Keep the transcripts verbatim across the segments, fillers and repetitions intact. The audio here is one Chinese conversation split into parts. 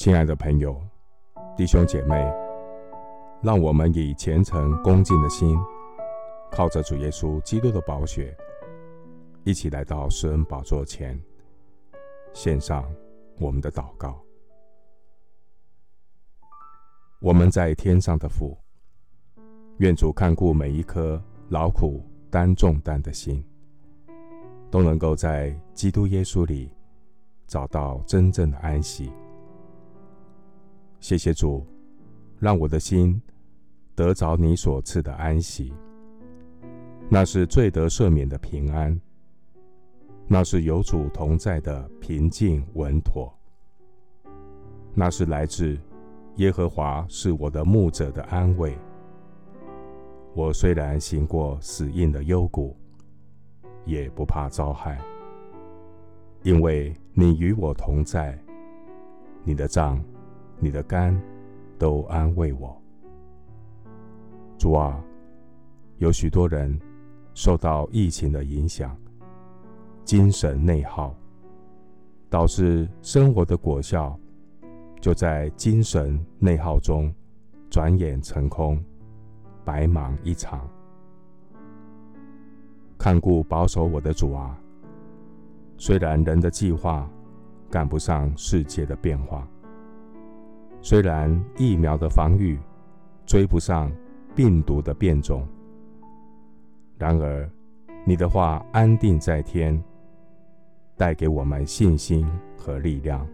亲爱的朋友、弟兄姐妹，让我们以虔诚恭敬的心，靠着主耶稣基督的宝血，一起来到施恩宝座前，献上我们的祷告。我们在天上的父，愿主看顾每一颗劳苦担重担的心，都能够在基督耶稣里找到真正的安息。谢谢主，让我的心得着你所赐的安息，那是罪得赦免的平安，那是有主同在的平静稳妥，那是来自耶和华是我的牧者的安慰。我虽然行过死荫的幽谷，也不怕遭害，因为你与我同在，你的杖你的竿都安慰我。主啊，有许多人受到疫情的影响，精神内耗，导致生活的果效就在精神内耗中转眼成空，白忙一场。看顾保守我的主啊，虽然人的计划赶不上世界的变化，虽然疫苗的防御追不上病毒的变种，然而你的话安定在天，带给我们信心和力量。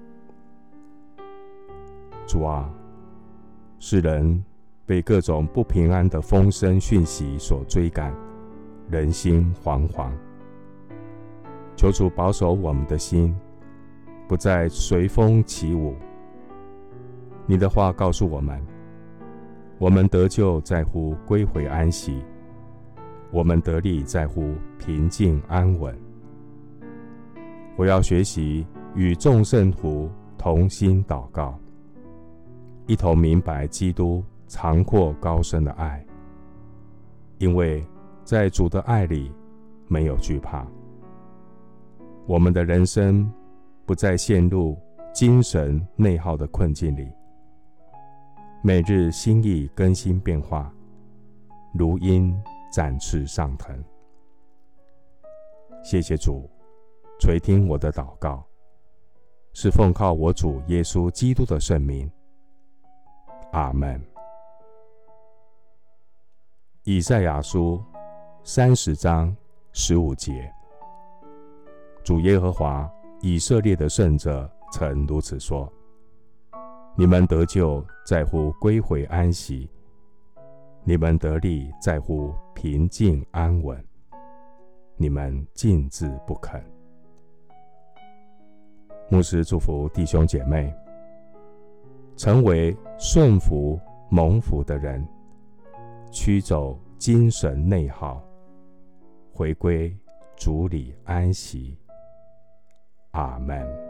主啊，世人被各种不平安的风声讯息所追赶，人心惶惶。求主保守我们的心，不再随风起舞。你的话告诉我们，我们得救在乎归回安息，我们得力在乎平静安稳。我要学习与众圣徒同心祷告，一同明白基督长阔高深的爱，因为在主的爱里没有惧怕。我们的人生不再陷入精神内耗的困境里，每日心意更新变化，如鹰展翅上腾。谢谢主垂听我的祷告，是奉靠我主耶稣基督的圣名。阿们。以赛亚书三十章十五节，主耶和华以色列的圣者曾如此说：你们得救在乎归回安息，你们得力在乎平静安稳，你们静志不肯。牧师祝福弟兄姐妹，成为顺服蒙福的人，驱走精神内耗，回归主里安息。阿们。